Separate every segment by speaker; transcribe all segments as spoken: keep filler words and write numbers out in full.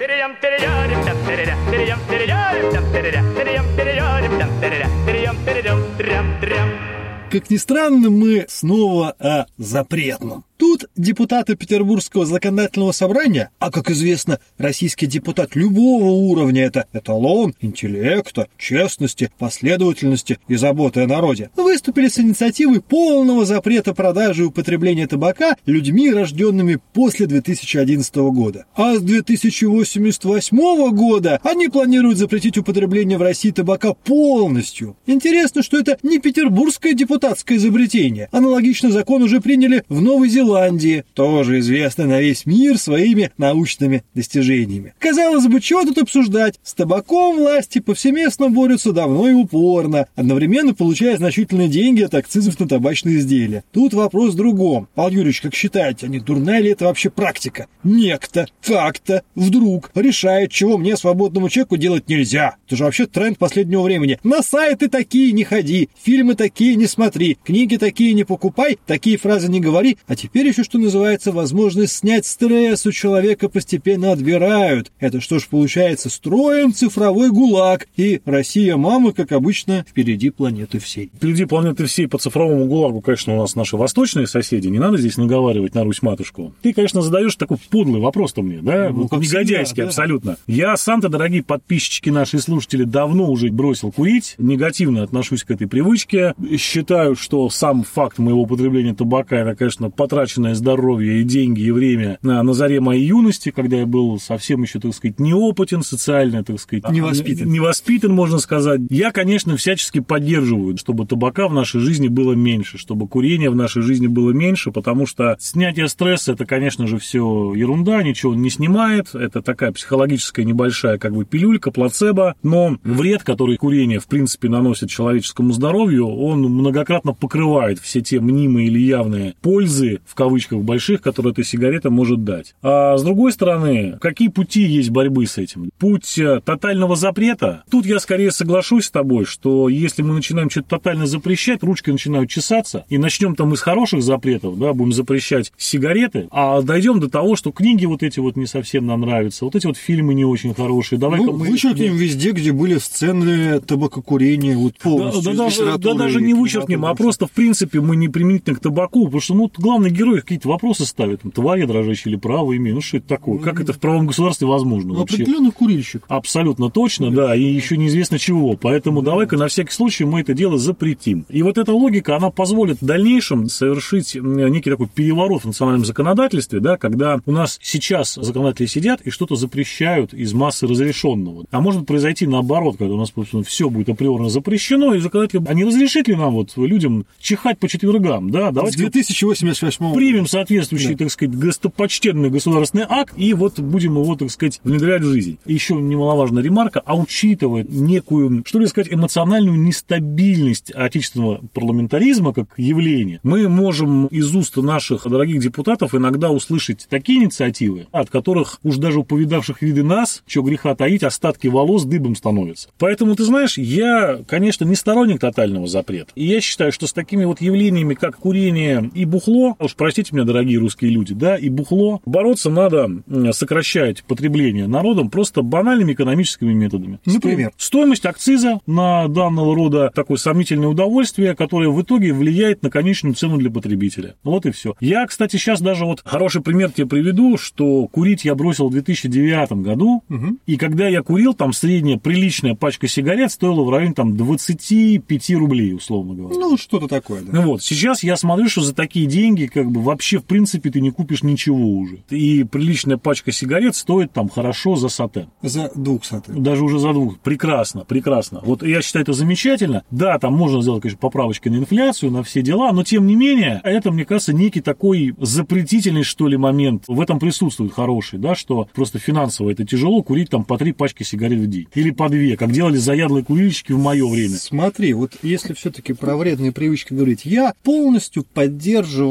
Speaker 1: Как ни странно, мы снова о запретном. Тут депутаты Петербургского законодательного собрания, а, как известно, российский депутат любого уровня – это эталон интеллекта, честности, последовательности и заботы о народе, выступили с инициативой полного запрета продажи и употребления табака людьми, рожденными после две тысячи одиннадцатого года. А с две тысячи восемьдесят восьмого года они планируют запретить употребление в России табака полностью. Интересно, что это не петербургское депутатское изобретение. Аналогичный закон уже приняли в Новой Зеландии. Зеландии, тоже известна на весь мир своими научными достижениями. Казалось бы, чего тут обсуждать? С табаком власти повсеместно борются давно и упорно, одновременно получая значительные деньги от акцизов на табачные изделия. Тут вопрос в другом. Павел Юрьевич, как считаете, а не дурная ли это вообще практика? Некто, как-то, вдруг решает, чего мне, свободному человеку, делать нельзя. Это же вообще тренд последнего времени. На сайты такие не ходи, фильмы такие не смотри, книги такие не покупай, такие фразы не говори, а теперь еще, что называется, возможность снять стресс у человека постепенно отбирают. Это что ж получается, строим цифровой ГУЛАГ, и Россия-мама, как обычно, впереди планеты всей.
Speaker 2: Впереди планеты всей по цифровому ГУЛАГу, конечно, у нас наши восточные соседи, не надо здесь наговаривать на Русь-матушку. Ты, конечно, задаешь такой подлый вопрос-то мне, да, ну, негодяйский, всегда, абсолютно. Да. Я сам-то, дорогие подписчики, наши слушатели, давно уже бросил курить, негативно отношусь к этой привычке, считаю, что сам факт моего употребления табака, это, конечно, потраченное здоровье и деньги, и время на, на заре моей юности, когда я был совсем еще, так сказать, неопытен социально, так сказать,
Speaker 1: невоспитан.
Speaker 2: невоспитан, можно сказать. Я, конечно, всячески поддерживаю, чтобы табака в нашей жизни было меньше, чтобы курения в нашей жизни было меньше, потому что снятие стресса, это, конечно же, все ерунда, ничего не снимает, это такая психологическая небольшая, как бы, пилюлька, плацебо, но вред, который курение, в принципе, наносит человеческому здоровью, он многократно покрывает все те мнимые или явные пользы, в кавычках больших, которые эта сигарета может дать. А с другой стороны, какие пути есть борьбы с этим? Путь тотального запрета? Тут я скорее соглашусь с тобой, что если мы начинаем что-то тотально запрещать, ручки начинают чесаться, и начнем там из хороших запретов, да, будем запрещать сигареты, а дойдем до того, что книги вот эти вот не совсем нам нравятся, вот эти вот фильмы не очень хорошие. Давай-ка
Speaker 1: ну, мы вычеркнем везде, где были сцены табакокурения, вот полностью.
Speaker 2: Да, да, даже, да даже не вычеркнем, а просто, в принципе, мы не применительно к табаку, потому что, ну, главный герой какие-то вопросы ставит, там, твоя дрожащая или право имею, ну, что это такое? Как это в правом государстве возможно?
Speaker 1: Ну, определенный курильщик.
Speaker 2: Абсолютно точно, да, да, и еще неизвестно чего, поэтому да. Давай-ка на всякий случай мы это дело запретим. И вот эта логика, она позволит в дальнейшем совершить некий такой переворот в национальном законодательстве, да, когда у нас сейчас законодатели сидят и что-то запрещают из массы разрешенного. А может произойти наоборот, когда у нас все будет априорно запрещено, и законодатели, а не разрешит ли нам вот людям чихать по четвергам, да, давайте
Speaker 1: с две тысячи восемьдесят восьмого
Speaker 2: примем соответствующий, да. так сказать, достопочтенный государственный акт, и вот будем его, так сказать, внедрять в жизнь. Еще немаловажная ремарка, а учитывая некую, что ли сказать, эмоциональную нестабильность отечественного парламентаризма как явление, мы можем из уст наших дорогих депутатов иногда услышать такие инициативы, от которых уж даже у повидавших виды нас, чего греха таить, остатки волос дыбом становятся. Поэтому, ты знаешь, я, конечно, не сторонник тотального запрета. И я считаю, что с такими вот явлениями, как курение и бухло, уж простите меня, дорогие русские люди, да, и бухло, бороться надо, сокращать потребление народом просто банальными экономическими методами.
Speaker 1: Например?
Speaker 2: Стоимость акциза на данного рода такое сомнительное удовольствие, которое в итоге влияет на конечную цену для потребителя. Вот и все. Я, кстати, сейчас даже вот хороший пример тебе приведу, что курить я бросил в две тысячи девятом году, угу. и когда я курил, там средняя приличная пачка сигарет стоила в районе там двадцать пять рублей, условно говоря.
Speaker 1: Ну, что-то такое, да.
Speaker 2: Вот, сейчас я смотрю, что за такие деньги, как бы, вообще, в принципе, ты не купишь ничего уже. И приличная пачка сигарет стоит там хорошо за сатен.
Speaker 1: За двух сатен.
Speaker 2: Даже уже за двух. Прекрасно, прекрасно. Вот я считаю это замечательно. Да, там можно сделать, конечно, поправочки на инфляцию, на все дела, но тем не менее, это, мне кажется, некий такой запретительный, что ли, момент. В этом присутствует хороший, да, что просто финансово это тяжело курить там по три пачки сигарет в день. Или по две, как делали заядлые курильщики в мое время.
Speaker 1: Смотри, вот если все-таки про вредные привычки говорить, я полностью поддерживаю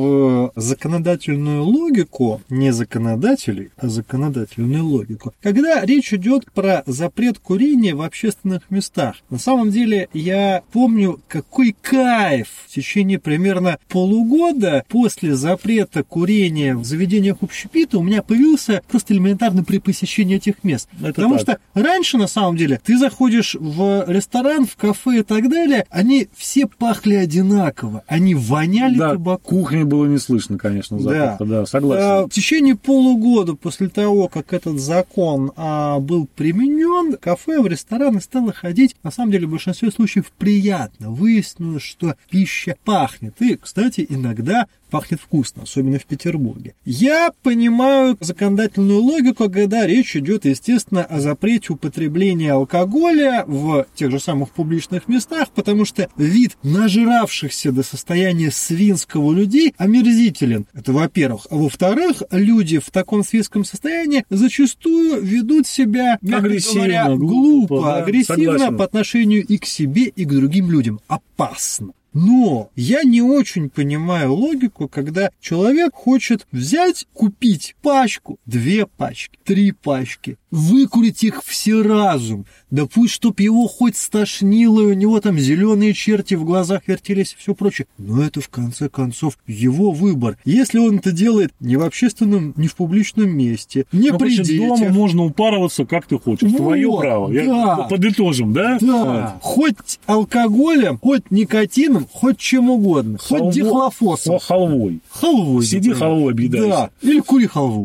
Speaker 1: понимаю законодательную логику, не законодателей, а законодательную логику, когда речь идет про запрет курения в общественных местах. На самом деле, я помню, какой кайф в течение примерно полугода после запрета курения в заведениях общепита у меня появился просто элементарно при посещении этих мест. Это Потому так. что раньше, на самом деле, ты заходишь в ресторан, в кафе и так далее, они все пахли одинаково, они воняли
Speaker 2: да,
Speaker 1: табаком.
Speaker 2: Кухни было не слышно, конечно, запаха, да, да согласен.
Speaker 1: А, в течение полугода после того, как этот закон а, был применен, в кафе, в рестораны стало ходить, на самом деле, в большинстве случаев приятно. Выяснилось, что пища пахнет. И, кстати, иногда пахнет вкусно, особенно в Петербурге. Я понимаю законодательную логику, когда речь идет, естественно, о запрете употребления алкоголя в тех же самых публичных местах, потому что вид нажиравшихся до состояния свинского людей омерзителен. Это во-первых. А во-вторых, люди в таком свинском состоянии зачастую ведут себя, мягко говоря, глупо, глупо да, агрессивно согласен. По отношению и к себе, и к другим людям. Опасно. Но я не очень понимаю логику, когда человек хочет взять, купить пачку, две пачки, три пачки, выкурить их все разум. Да пусть, чтоб его хоть стошнило, и у него там зеленые черти в глазах вертелись и все прочее. Но это, в конце концов, его выбор. Если он это делает не в общественном, не в публичном месте, не при детях.
Speaker 2: Дома можно упарываться, как ты хочешь. Вот, твое право. Да. Я подытожим, да?
Speaker 1: Да. Вот. Хоть алкоголем, хоть никотином, хоть чем угодно. Халво, хоть дихлофосом.
Speaker 2: Халвой.
Speaker 1: Халвой.
Speaker 2: Сиди например. Халвой объедайся.
Speaker 1: Да. Или кури халву.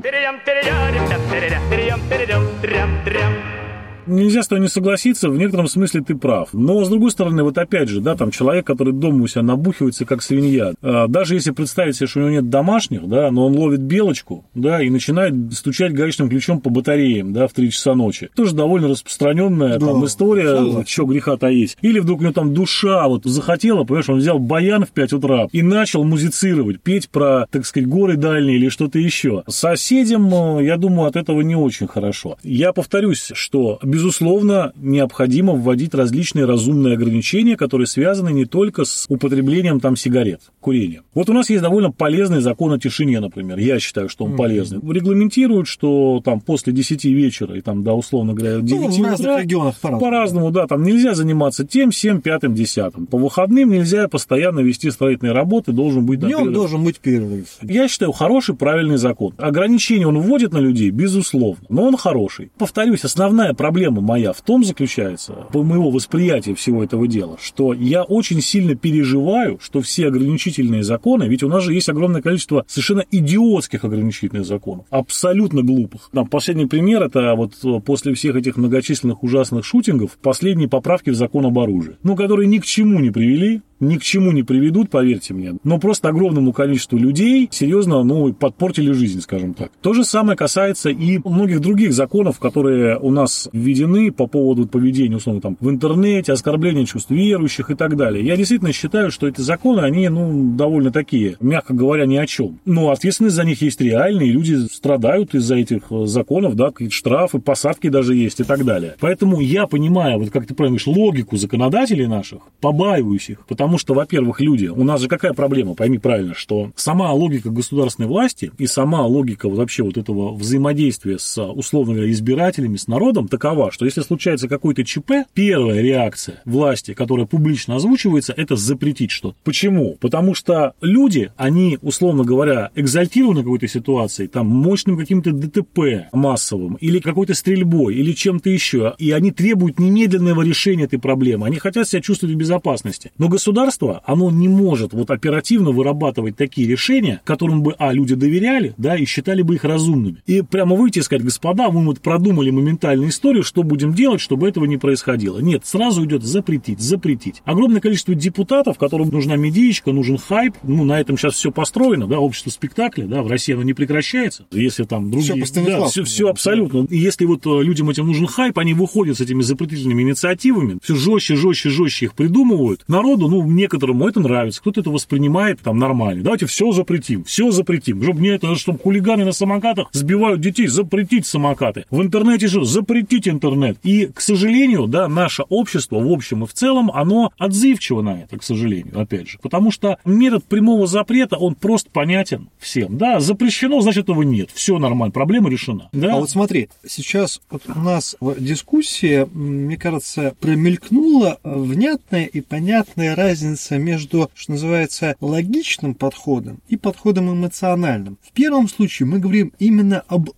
Speaker 2: Нельзя с тобой не согласиться, в некотором смысле ты прав. Но, с другой стороны, вот опять же, да, там человек, который дома у себя набухивается, как свинья, даже если представить себе, что у него нет домашних, да, но он ловит белочку, да, и начинает стучать гаечным ключом по батареям, да, в три часа ночи. Тоже довольно распространенная да, там история, чего греха таить. Или вдруг у него там душа вот захотела, понимаешь, он взял баян в пять утра и начал музицировать, петь про, так сказать, горы дальние или что-то еще. Соседям, я думаю, от этого не очень хорошо. Я повторюсь, что безусловно, необходимо вводить различные разумные ограничения, которые связаны не только с употреблением там сигарет, курением. Вот у нас есть довольно полезный закон о тишине, например. Я считаю, что он mm-hmm. полезный. Регламентирует, что там после десяти вечера и там до, условно говоря, девяти
Speaker 1: ну, в разных регионах по-разному.
Speaker 2: По-разному, да, там нельзя заниматься тем, всем, пятым, десятым. По выходным нельзя постоянно вести строительные работы, должен быть...
Speaker 1: Днем да, должен быть перерыв.
Speaker 2: Я считаю, хороший, правильный закон. Ограничения он вводит на людей, безусловно, но он хороший. Повторюсь, основная проблема моя в том заключается, по моему восприятию всего этого дела, что я очень сильно переживаю, что все ограничительные законы, ведь у нас же есть огромное количество совершенно идиотских ограничительных законов, абсолютно глупых. Там последний пример, это вот после всех этих многочисленных ужасных шутингов, последние поправки в закон об оружии, ну, которые ни к чему не привели, ни к чему не приведут, поверьте мне, но просто огромному количеству людей серьезно, ну, подпортили жизнь, скажем так. То же самое касается и многих других законов, которые у нас введены по поводу поведения, условно, там, в интернете, оскорбления чувств верующих и так далее. Я действительно считаю, что эти законы, они, ну, довольно такие, мягко говоря, ни о чем. Но ответственность за них есть реальная, и люди страдают из-за этих законов, да, какие-то штрафы, посадки даже есть и так далее. Поэтому я понимаю, вот как ты правильно говоришь, логику законодателей наших, побаиваюсь их, потому Потому что, во-первых, люди, у нас же какая проблема, пойми правильно, что сама логика государственной власти и сама логика вообще вот этого взаимодействия с, условно говоря, избирателями, с народом такова, что если случается какой-то ЧП, первая реакция власти, которая публично озвучивается, это запретить что-то. Почему? Потому что люди, они, условно говоря, экзальтированы какой-то ситуацией, там, мощным каким-то ДТП массовым, или какой-то стрельбой, или чем-то еще, и они требуют немедленного решения этой проблемы, они хотят себя чувствовать в безопасности. Но государство Государство, оно не может вот оперативно вырабатывать такие решения, которым бы, а, люди доверяли, да, и считали бы их разумными. И прямо выйти и сказать, господа, мы вот продумали моментальную историю, что будем делать, чтобы этого не происходило. Нет, сразу идет запретить, запретить. Огромное количество депутатов, которым нужна медиечка, нужен хайп, ну, на этом сейчас все построено, да, общество спектакля, да, в России оно не прекращается, если там другие...
Speaker 1: Все,
Speaker 2: да, все, все абсолютно. И если вот людям этим нужен хайп, они выходят с этими запретительными инициативами, все жестче, жестче, жестче их придумывают, народу, ну, некоторому это нравится, кто-то это воспринимает там нормально. Давайте все запретим, все запретим. Чтобы мне это, чтобы хулиганы на самокатах сбивают детей, запретить самокаты. В интернете же запретить интернет. И, к сожалению, да, наше общество в общем и в целом, оно отзывчиво на это, к сожалению, опять же. Потому что метод прямого запрета, он просто понятен всем. Да, запрещено, значит, этого нет. Все нормально, проблема решена. Да?
Speaker 1: А вот смотри, сейчас вот у нас в дискуссии, мне кажется, промелькнула внятная и понятная разница между, что называется, логичным подходом и подходом эмоциональным. В первом случае мы говорим именно об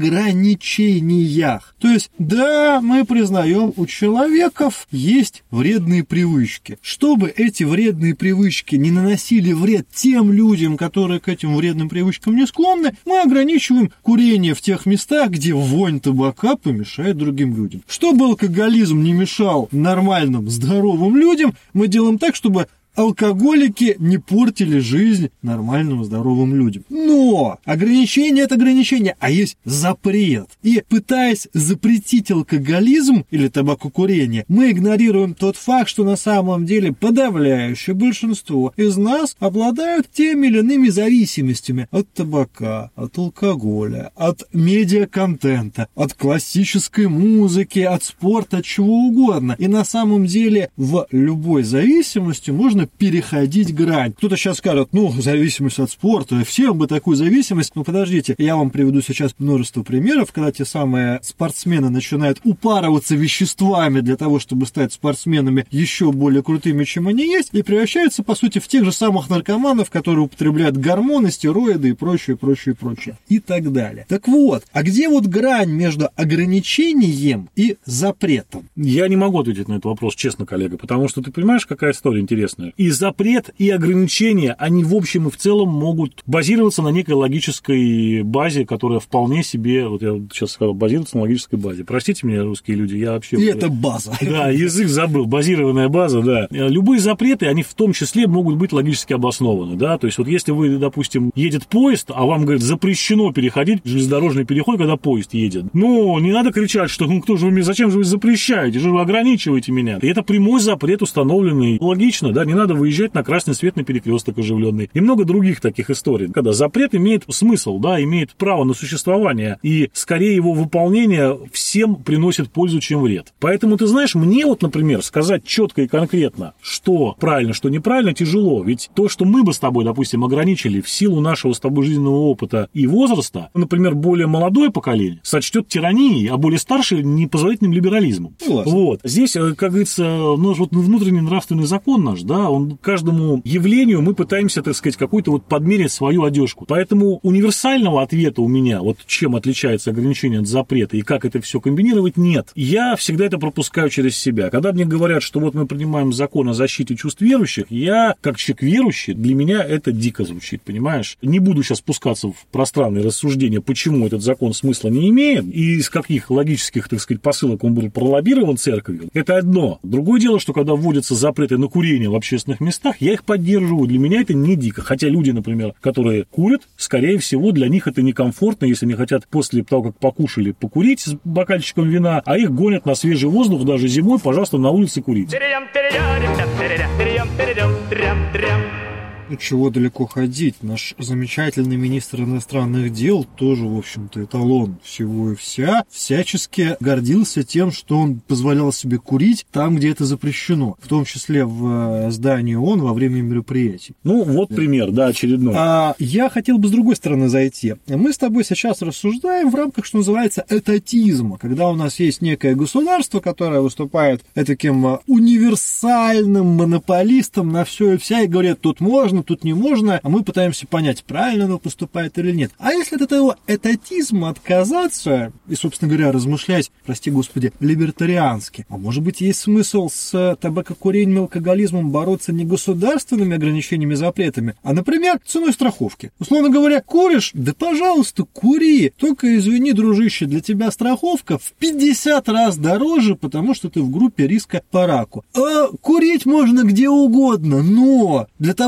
Speaker 1: ограничениях. То есть, да, мы признаем, у человеков есть вредные привычки. Чтобы эти вредные привычки не наносили вред тем людям, которые к этим вредным привычкам не склонны, мы ограничиваем курение в тех местах, где вонь табака помешает другим людям. Чтобы алкоголизм не мешал нормальным, здоровым людям, мы делаем так, чтобы алкоголики не портили жизнь нормальным, здоровым людям. Но ограничение – это ограничение, а есть запрет. И пытаясь запретить алкоголизм или табакокурение, мы игнорируем тот факт, что на самом деле подавляющее большинство из нас обладают теми или иными зависимостями от табака, от алкоголя, от медиаконтента, от классической музыки, от спорта, от чего угодно. И на самом деле в любой зависимости можно переходить грань. Кто-то сейчас скажет, ну, зависимость от спорта, всем бы такую зависимость. Ну, подождите, я вам приведу сейчас множество примеров, когда те самые спортсмены начинают упарываться веществами для того, чтобы стать спортсменами еще более крутыми, чем они есть, и превращаются, по сути, в тех же самых наркоманов, которые употребляют гормоны, стероиды и прочее, прочее, прочее. И так далее. Так вот, а где вот грань между ограничением и запретом?
Speaker 2: Я не могу ответить на этот вопрос, честно, коллега, потому что ты понимаешь, какая история интересная. И запрет, и ограничения, они в общем и в целом могут базироваться на некой логической базе, которая вполне себе, вот я сейчас сказал, базируется на логической базе. Простите меня, русские люди, я вообще...
Speaker 1: И это база.
Speaker 2: Да, язык забыл, базированная база, да. Любые запреты, они в том числе могут быть логически обоснованы, да, то есть вот если вы, допустим, едет поезд, а вам, говорят, запрещено переходить железнодорожный переход, когда поезд едет, ну, не надо кричать, что ну кто же вы мне, зачем же вы запрещаете, же вы ограничиваете меня. И это прямой запрет, установленный логично, да, не надо выезжать на красный свет на перекресток оживленный. И много других таких историй, когда запрет имеет смысл, да, имеет право на существование, и скорее его выполнение всем приносит пользу, чем вред. Поэтому, ты знаешь, мне вот, например, сказать четко и конкретно, что правильно, что неправильно, тяжело. Ведь то, что мы бы с тобой, допустим, ограничили в силу нашего с тобой жизненного опыта и возраста, например, более молодое поколение сочтет тиранией, а более старшее непозволительным либерализмом.
Speaker 1: Классно.
Speaker 2: Вот. Здесь, как говорится, ну, вот внутренний нравственный закон наш, да, он каждому явлению мы пытаемся, так сказать, какую-то вот подмерить свою одежку. Поэтому универсального ответа у меня, вот чем отличается ограничение от запрета и как это все комбинировать, нет. Я всегда это пропускаю через себя. Когда мне говорят, что вот мы принимаем закон о защите чувств верующих, я, как человек верующий, для меня это дико звучит, понимаешь? Не буду сейчас спускаться в пространные рассуждения, почему этот закон смысла не имеет и из каких логических, так сказать, посылок он был пролоббирован церковью. Это одно. Другое дело, что когда вводятся запреты на курение в общественных местах, я их поддерживаю. Для меня это не дико. Хотя люди, например, которые курят, скорее всего, для них это некомфортно, если они хотят после того, как покушали, покурить с бокальчиком вина, а их гонят на свежий воздух даже зимой, пожалуйста, на улице курить.
Speaker 1: Ну, чего далеко ходить? Наш замечательный министр иностранных дел, тоже, в общем-то, эталон всего и вся, всячески гордился тем, что он позволял себе курить там, где это запрещено, в том числе в здании ООН во время мероприятий.
Speaker 2: Ну, вот пример, да, очередной.
Speaker 1: А я хотел бы с другой стороны зайти. Мы с тобой сейчас рассуждаем в рамках, что называется, этатизма, когда у нас есть некое государство, которое выступает таким универсальным монополистом на все и вся, и говорит, тут можно, тут не можно, а мы пытаемся понять, правильно оно поступает или нет. А если от этого этатизма отказаться и, собственно говоря, размышлять, прости господи, либертариански, а может быть есть смысл с табакокурением и алкоголизмом бороться не государственными ограничениями, запретами, а, например, ценой страховки. Условно говоря, куришь? Да, пожалуйста, кури. Только извини, дружище, для тебя страховка в пятьдесят раз дороже, потому что ты в группе риска по раку. А курить можно где угодно, но для того, чтобы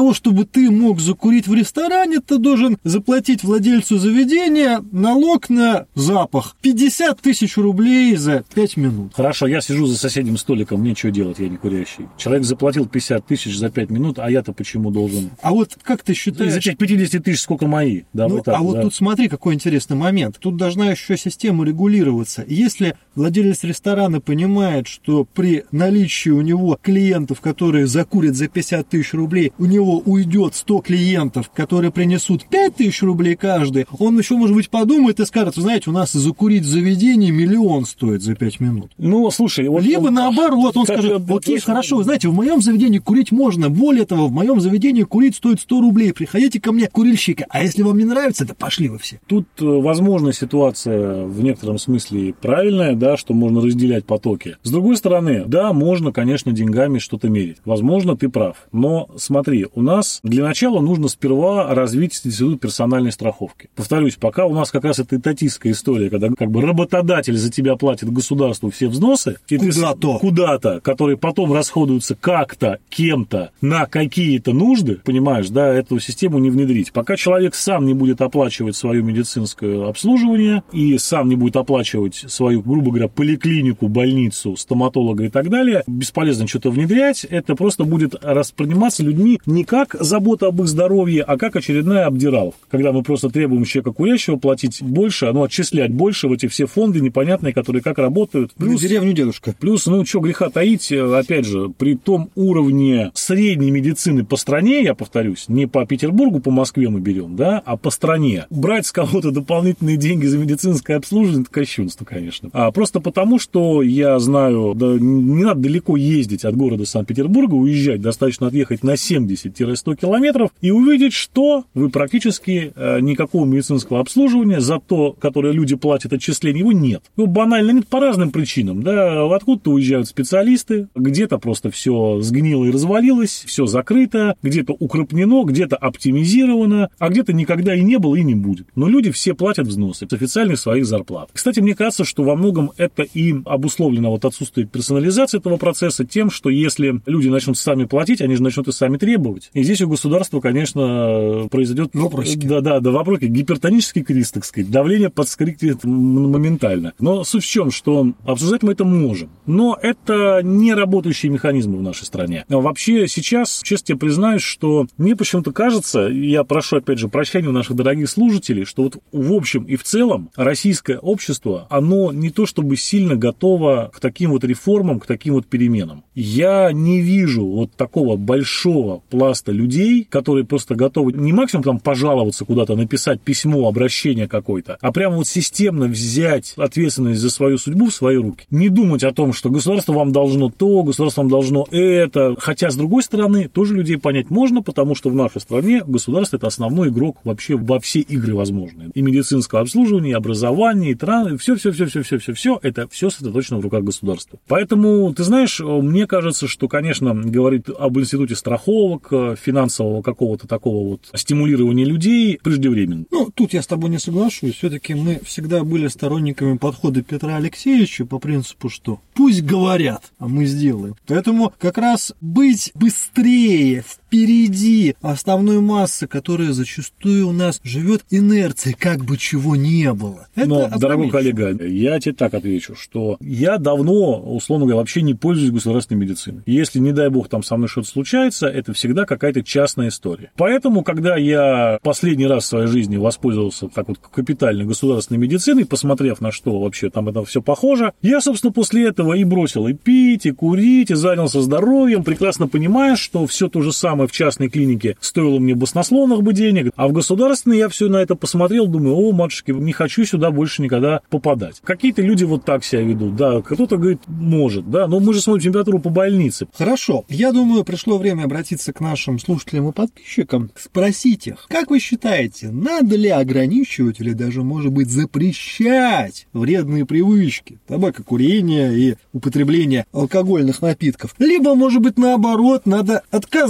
Speaker 1: чтобы ты мог закурить в ресторане, ты должен заплатить владельцу заведения налог на запах пятьдесят тысяч рублей за пять минут.
Speaker 2: Хорошо, я сижу за соседним столиком, мне что делать, я не курящий. Человек заплатил пятьдесят тысяч за пять минут, а я-то почему должен?
Speaker 1: А вот как ты считаешь...
Speaker 2: Из этих пятьдесят тысяч сколько мои? Да,
Speaker 1: ну,
Speaker 2: вот так,
Speaker 1: а вот
Speaker 2: да.
Speaker 1: тут смотри, какой интересный момент. Тут должна еще система регулироваться. Если владелец ресторана понимает, что при наличии у него клиентов, которые закурят за пятьдесят тысяч рублей, у него уйдет сто клиентов, которые принесут пять тысяч рублей каждый, он еще, может быть, подумает и скажет, вы знаете, у нас закурить в заведении миллион стоит за пять минут.
Speaker 2: Ну, слушай... Вот
Speaker 1: Либо
Speaker 2: он...
Speaker 1: наоборот, он скажет, окей, хорошо, вы знаете, в моем заведении курить можно, более того, в моем заведении курить стоит сто рублей, приходите ко мне, курильщика, а если вам не нравится, да пошли вы все.
Speaker 2: Тут, возможно, ситуация в некотором смысле правильная, да, что можно разделять потоки. С другой стороны, да, можно, конечно, деньгами что-то мерить. Возможно, ты прав. Но смотри, у нас для начала нужно сперва развить институт персональной страховки. Повторюсь, пока у нас как раз это этатистская история, когда как бы работодатель за тебя платит государству все взносы, и
Speaker 1: куда-то,
Speaker 2: ты, куда-то, которые потом расходуются как-то, кем-то на какие-то нужды, понимаешь, да, эту систему не внедрить. Пока человек сам не будет оплачивать свое медицинское обслуживание и сам не будет оплачивать свою, грубо говоря, поликлинику, больницу, стоматолога и так далее, бесполезно что-то внедрять, это просто будет восприниматься людьми не как забота об их здоровье, а как очередная обдираловка. Когда мы просто требуем человека курящего платить больше, ну, отчислять больше в эти все фонды непонятные, которые как работают.
Speaker 1: Плюс, в деревню дедушка.
Speaker 2: Плюс, ну, что греха таить, опять же, при том уровне средней медицины по стране, я повторюсь, не по Петербургу, по Москве мы берем, да, а по стране. Брать с кого-то дополнительные деньги за медицинское обслуживание – это кощунство, конечно. А просто потому, что я знаю, да, не надо далеко ездить от города Санкт-Петербурга, уезжать, достаточно отъехать на семьдесят-сто километров и увидеть, что вы практически э, никакого медицинского обслуживания за то, которое люди платят отчисления, его нет. Ну, банально нет по разным причинам, да, откуда-то уезжают специалисты, где-то просто все сгнило и развалилось, все закрыто, где-то укрупнено, где-то оптимизировано, а где-то никогда и не было, и не будет. Но люди все платят взносы с официальных своих зарплат. Кстати, мне кажется, что во многом это и обусловлено вот отсутствие персонализации этого процесса тем, что если люди начнут сами платить, они же начнут и сами требовать. И здесь у государства, конечно, произойдет...
Speaker 1: Вопросики.
Speaker 2: Да, да, да, вопросики. Гипертонический криз, так сказать. Давление подскрикнет моментально. Но суть в чем, что обсуждать мы это можем. Но это не работающие механизмы в нашей стране. А вообще сейчас, честно тебе признаюсь, что мне почему-то кажется, я прошу, опять же, прощения у наших дорогих слушателей, что вот в общем и в целом российское общество, оно не то чтобы сильно готово к таким вот реформам, к таким вот переменам. Я не вижу вот такого большого пласта людей, которые просто готовы не максимум там пожаловаться куда-то, написать письмо, обращение какое-то, а прямо вот системно взять ответственность за свою судьбу в свои руки. Не думать о том, что государство вам должно то, государство вам должно это. Хотя, с другой стороны, тоже людей понять можно, потому что в нашей стране государство – это основной игрок вообще во все игры возможные. И медицинское обслуживание, и образование, и транспорт, все-все-все-все-все-все, это все сосредоточено в руках государства. Поэтому, ты знаешь, мне кажется, что, конечно, говорить об институте страховок, финансового какого-то такого вот стимулирования людей преждевременно.
Speaker 1: Ну, тут я с тобой не соглашусь. Все-таки мы всегда были сторонниками подхода Петра Алексеевича по принципу, что пусть говорят, а мы сделаем. Поэтому как раз быть быстрее, впереди основной массы, которая зачастую у нас живет инерцией, как бы чего не было. Это
Speaker 2: Но,
Speaker 1: опрометчиво.
Speaker 2: дорогой коллега, я тебе так отвечу, что я давно, условно говоря, вообще не пользуюсь государственной медициной. Если, не дай бог, там со мной что-то случается, это всегда какая-то частная история. Поэтому, когда я последний раз в своей жизни воспользовался так вот капитально государственной медициной, посмотрев на что вообще там это все похоже, я, собственно, после этого и бросил и пить, и курить, и занялся здоровьем, прекрасно понимая, что все то же самое в частной клинике стоило мне баснословных бы денег, а в государственной я все на это посмотрел, думаю, о, матушки, не хочу сюда больше никогда попадать. Какие-то люди вот так себя ведут, да, кто-то говорит, может, да, но мы же смотрим температуру по больнице.
Speaker 1: Хорошо, я думаю, пришло время обратиться к нашим слушателям и подписчикам, спросить их, как вы считаете, надо ли ограничивать или даже, может быть, запрещать вредные привычки, табакокурение и употребление алкогольных напитков, либо, может быть, наоборот, надо отказаться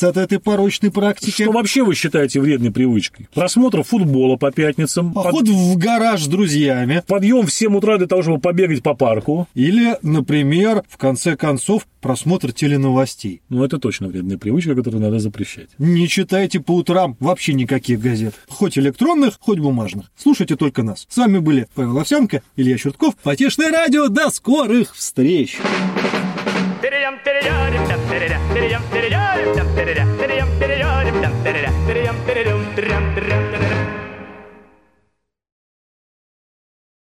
Speaker 1: отказаться от этой порочной практики.
Speaker 2: Что вообще вы считаете вредной привычкой? Просмотр футбола по пятницам.
Speaker 1: Поход под... в гараж с друзьями.
Speaker 2: Подъем в семь утра для того, чтобы побегать по парку.
Speaker 1: Или, например, в конце концов, просмотр теленовостей.
Speaker 2: Ну, это точно вредная привычка, которую надо запрещать.
Speaker 1: Не читайте по утрам вообще никаких газет. Хоть электронных, хоть бумажных. Слушайте только нас. С вами были Павел Овсянко, Илья Чуртков. Потешное радио. До скорых встреч! Перейдем, перейдем, перейдем, перейдем, перейдем, перейдем, перейдем.